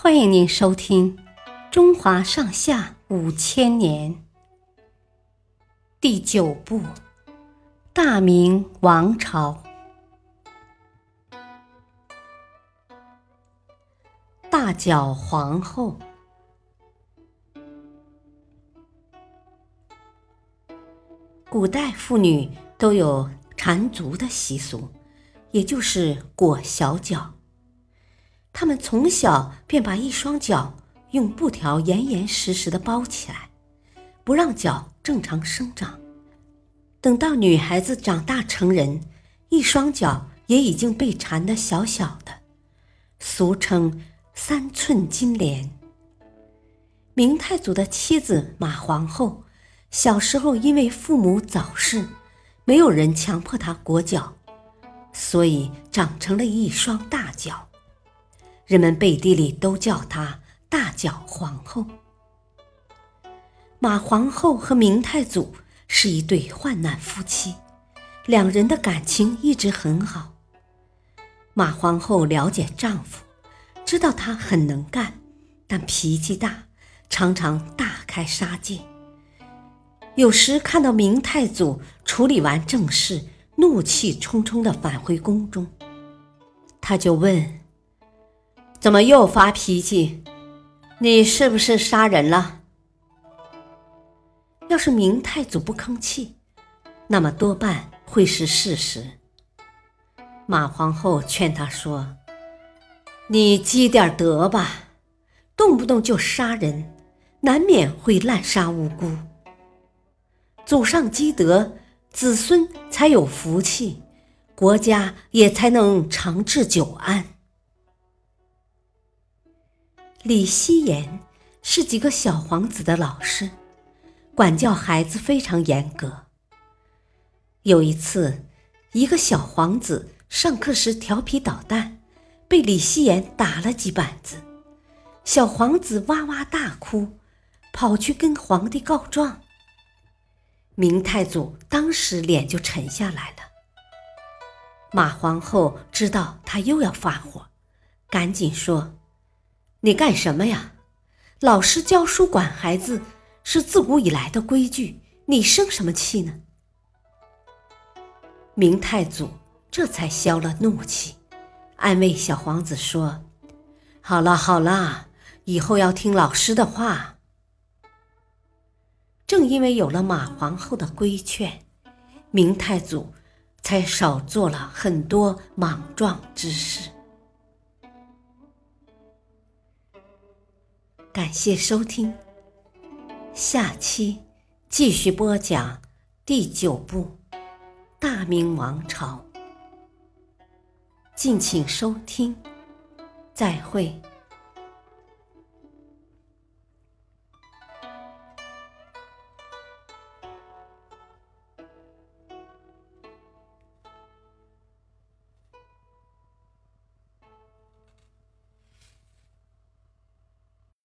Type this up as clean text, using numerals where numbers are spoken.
欢迎您收听《中华上下5000年》第9部《大明王朝》。大脚皇后。古代妇女都有缠足的习俗，也就是裹小脚。她们从小便把一双脚用布条严严实实地包起来，不让脚正常生长。等到女孩子长大成人，一双脚也已经被缠得小小的，俗称3寸金莲。明太祖的妻子马皇后小时候因为父母早逝，没有人强迫她裹脚，所以长成了一双大脚。人们背地里都叫她大脚皇后。马皇后和明太祖是一对患难夫妻，两人的感情一直很好。马皇后了解丈夫，知道他很能干，但脾气大，常常大开杀戒。有时看到明太祖处理完政事，怒气冲冲地返回宫中，他就问：怎么又发脾气？你是不是杀人了？要是明太祖不吭气，那么多半会是事实。马皇后劝他说：你积点德吧，动不动就杀人，难免会滥杀无辜。祖上积德，子孙才有福气，国家也才能长治久安。李希言是几个小皇子的老师，管教孩子非常严格。有一次，一个小皇子上课时调皮捣蛋，被李希言打了几板子，小皇子哇哇大哭，跑去跟皇帝告状。明太祖当时脸就沉下来了。马皇后知道他又要发火，赶紧说：你干什么呀？老师教书管孩子是自古以来的规矩，你生什么气呢？明太祖这才消了怒气，安慰小皇子说：好了好了，以后要听老师的话。正因为有了马皇后的规劝，明太祖才少做了很多莽撞之事。感谢收听，下期继续播讲第9部《大明王朝》，敬请收听，再会。